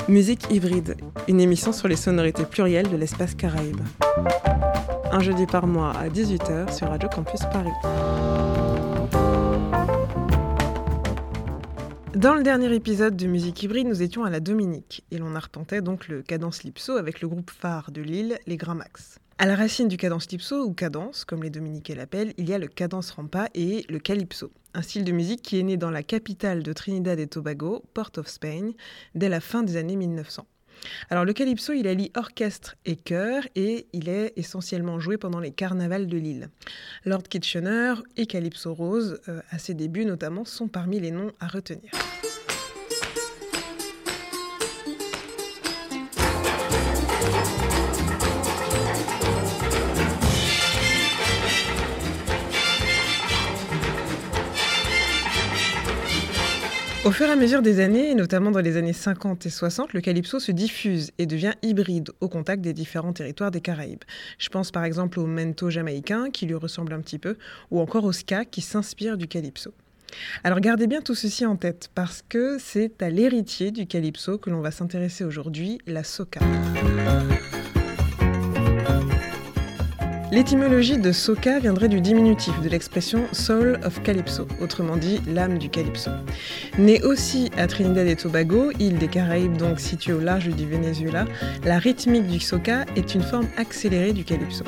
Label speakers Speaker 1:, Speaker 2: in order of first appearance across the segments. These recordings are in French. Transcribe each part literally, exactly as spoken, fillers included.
Speaker 1: Musique hybride, une émission sur les sonorités plurielles de l'espace Caraïbe. Un jeudi par mois à dix-huit heures sur Radio Campus Paris. Dans le dernier épisode de Musique hybride, nous étions à la Dominique et l'on arpentait donc le cadence lypso avec le groupe phare de l'île, les Grands Max. À la racine du cadence lypso, ou cadence, comme les Dominicains l'appellent, il y a le cadence rampa et le calypso, un style de musique qui est né dans la capitale de Trinidad et Tobago, Port of Spain, dès la fin des années mille neuf cents. Alors le calypso, il allie orchestre et chœur et il est essentiellement joué pendant les carnavals de l'île. Lord Kitchener et Calypso Rose, euh, à ses débuts notamment, sont parmi les noms à retenir. Au fur et à mesure des années, notamment dans les années cinquante et soixante, le calypso se diffuse et devient hybride au contact des différents territoires des Caraïbes. Je pense par exemple au mento jamaïcain, qui lui ressemble un petit peu, ou encore au ska, qui s'inspire du calypso. Alors gardez bien tout ceci en tête, parce que c'est à l'héritier du calypso que l'on va s'intéresser aujourd'hui, la soca. L'étymologie de soca viendrait du diminutif de l'expression soul of calypso, autrement dit l'âme du calypso. Née aussi à Trinidad et Tobago, île des Caraïbes donc située au large du Venezuela, la rythmique du soca est une forme accélérée du calypso.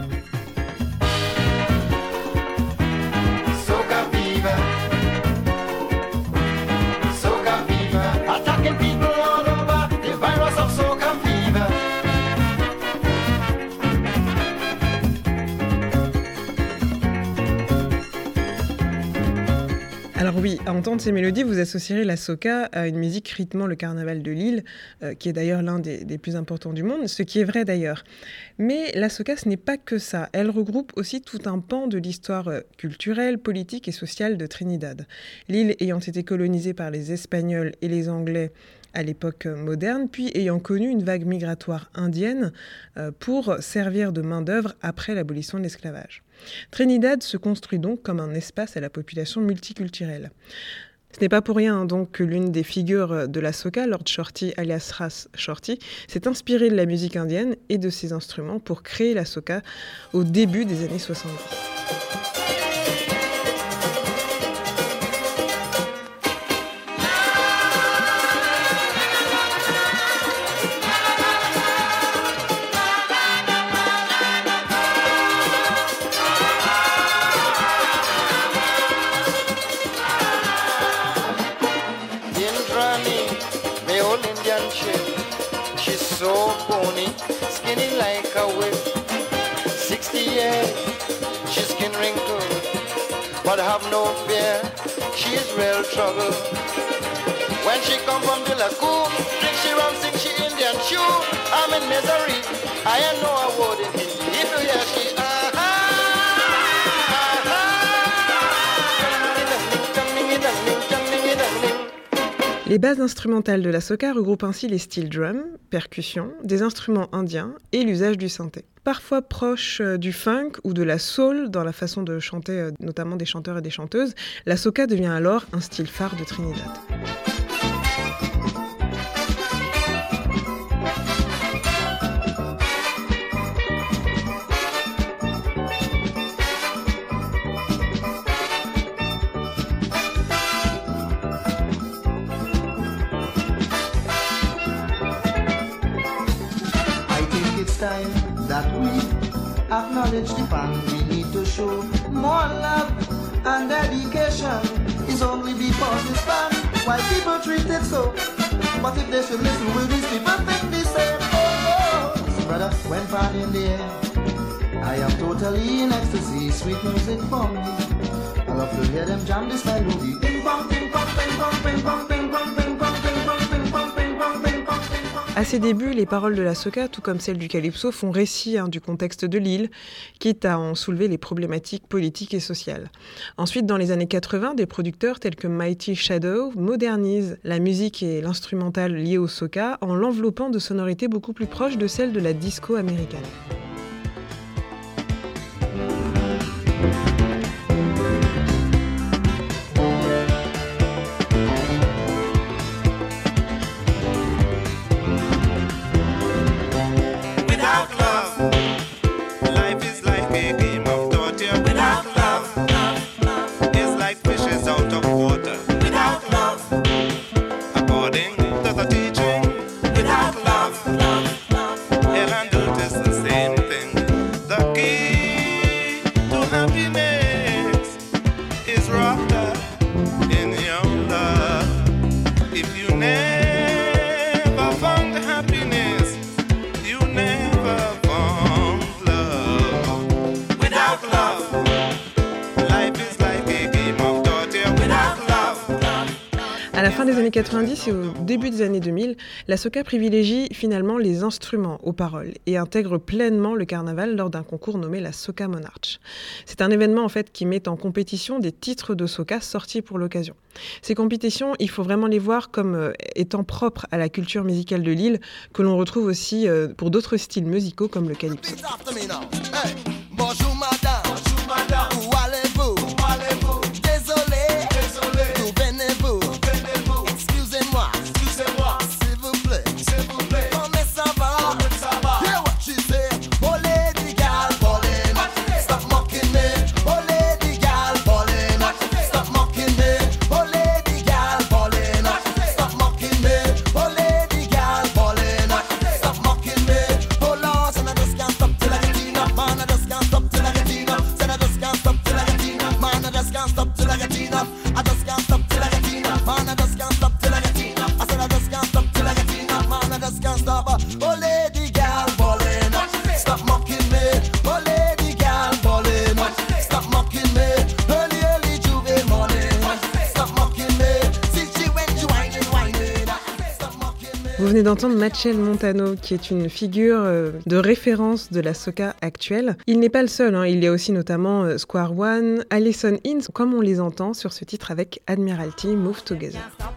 Speaker 1: Alors oui, à entendre ces mélodies, vous associerez la soca à une musique rythmant le carnaval de l'île, euh, qui est d'ailleurs l'un des, des plus importants du monde, ce qui est vrai d'ailleurs. Mais la soca, ce n'est pas que ça. Elle regroupe aussi tout un pan de l'histoire culturelle, politique et sociale de Trinidad. L'île ayant été colonisée par les Espagnols et les Anglais à l'époque moderne, puis ayant connu une vague migratoire indienne euh, pour servir de main-d'œuvre après l'abolition de l'esclavage. Trinidad se construit donc comme un espace à la population multiculturelle. Ce n'est pas pour rien donc que l'une des figures de la soca, Lord Shorty alias Ras Shorty, s'est inspirée de la musique indienne et de ses instruments pour créer la soca au début des années soixante-dix. But have no fear, she is real trouble. When she come from the lagoon, drink she rum, sing she Indian shoe. I'm in misery, I ain't know a word in Hindi. If you hear she, ah-ha, ah-ha. Les bases instrumentales de la soca regroupent ainsi les styles drum, percussion, des instruments indiens et l'usage du synthé. Parfois proche du funk ou de la soul dans la façon de chanter, notamment des chanteurs et des chanteuses, la soca devient alors un style phare de Trinidad.
Speaker 2: That we acknowledge the fan, we need to show more love and dedication. Is only because it's fun why people treat it so. But if they should listen, will these people think the same? Oh, oh. Brother, when pan in the air, I am totally in ecstasy. Sweet music for me. I love to hear them jam this melody. Ping pong, ping pong, ping pong, ping pong, ping pong, ping pong, ping pong, ping pong, ping pong, ping pong.
Speaker 1: À ses débuts, les paroles de la soca, tout comme celles du calypso, font récit hein, du contexte de l'île, quitte à en soulever les problématiques politiques et sociales. Ensuite, dans les années quatre-vingts, des producteurs tels que Mighty Shadow modernisent la musique et l'instrumental lié au soca en l'enveloppant de sonorités beaucoup plus proches de celles de la disco américaine. À la fin des années quatre-vingt-dix et au début des années deux mille, la soca privilégie finalement les instruments aux paroles et intègre pleinement le carnaval lors d'un concours nommé la Soca Monarch. C'est un événement en fait qui met en compétition des titres de soca sortis pour l'occasion. Ces compétitions, il faut vraiment les voir comme euh, étant propres à la culture musicale de l'île, que l'on retrouve aussi euh, pour d'autres styles musicaux comme le calypso.
Speaker 3: Bonjour madame, bonjour madame, où allez-vous, où allez-vous, désolé, désolé, d'où venez-vous, venez-vous, excusez-moi, excusez-moi, s'il vous plaît, s'il vous plaît, comment ça va, comment ça va, hear what she said, oh lady gal ballin', stop mocking me, oh lady gal ballin', stop mocking me, oh lady gal ballin', stop mocking me, oh lady gal ballin', stop mocking me, oh Lord, and I just can't stop till I get enough, man, I just can't stop till I get enough. Said I just can't stop till I get enough, man. I just can't stop till I get enough. I just can't stop till I get enough, man. I just can't stop till I get enough. I said I just can't stop till I get enough, man. I just can't stop. Oh lady gal ballin', stop mocking me. Oh lady gal ballin', stop mocking me. Early early Juve morning, stop mocking me. See she when you whining whining, stop mocking me.
Speaker 1: Vous venez d'entendre Machel Montano, qui est une figure euh, de référence de la soca actuelle. Il n'est pas le seul, hein. Il y a aussi notamment euh, Square One, Alison Hinds, comme on les entend sur ce titre avec Admiralty, Move Together.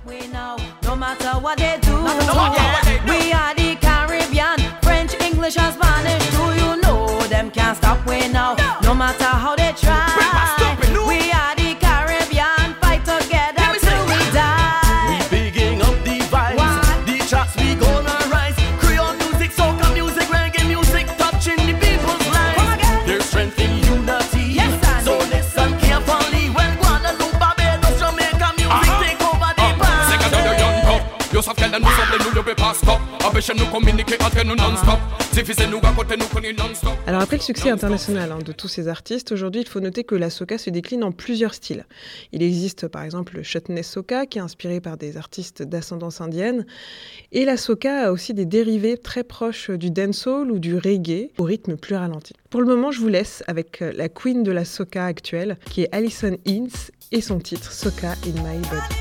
Speaker 4: No matter what they do, we are the Caribbean, French, English and Spanish. Do you know them can't stop we now? No matter how they try, we are the Caribbean, fight together till we die.
Speaker 5: We bigging up the vibes, the tracks we gonna rise. Creole music, soca music, reggae music, touching the people's lives. There's strength in unity, so listen carefully when Guadeloupe, Barbados, Jamaica music take over the vibe.
Speaker 6: Yo sav kel nou somble nou yo be pas stop. Abèche nou communiquer entre nous non-stop. Difficile nous raconter nous connaît non-stop.
Speaker 1: Alors après le succès international hein, de tous ces artistes, aujourd'hui il faut noter que la soca se décline en plusieurs styles. Il existe par exemple le chutney soca qui est inspiré par des artistes d'ascendance indienne. Et la soca a aussi des dérivés très proches du dancehall ou du reggae au rythme plus ralenti. Pour le moment je vous laisse avec la queen de la soca actuelle qui est Alison Hinds et son titre Soca in My Body.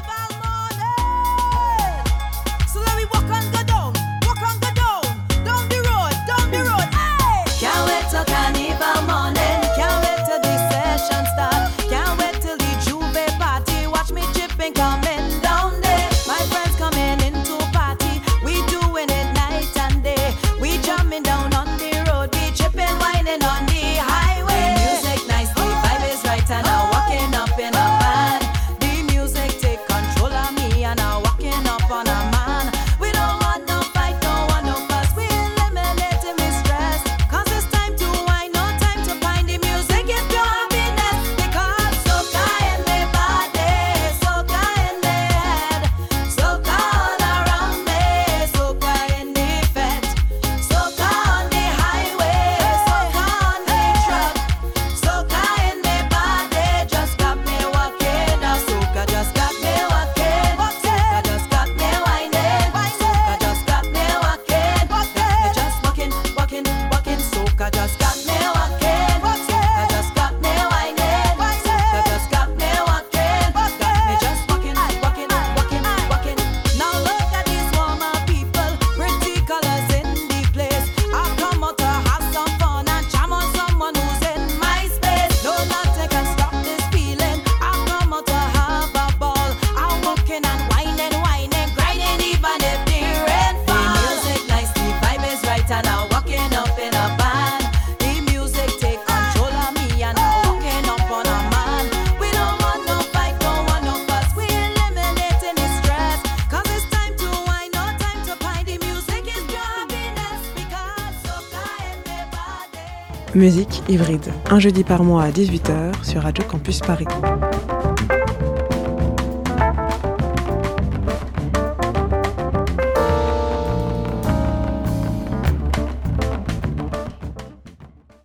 Speaker 1: Musique hybride, un jeudi par mois à dix-huit heures sur Radio Campus Paris.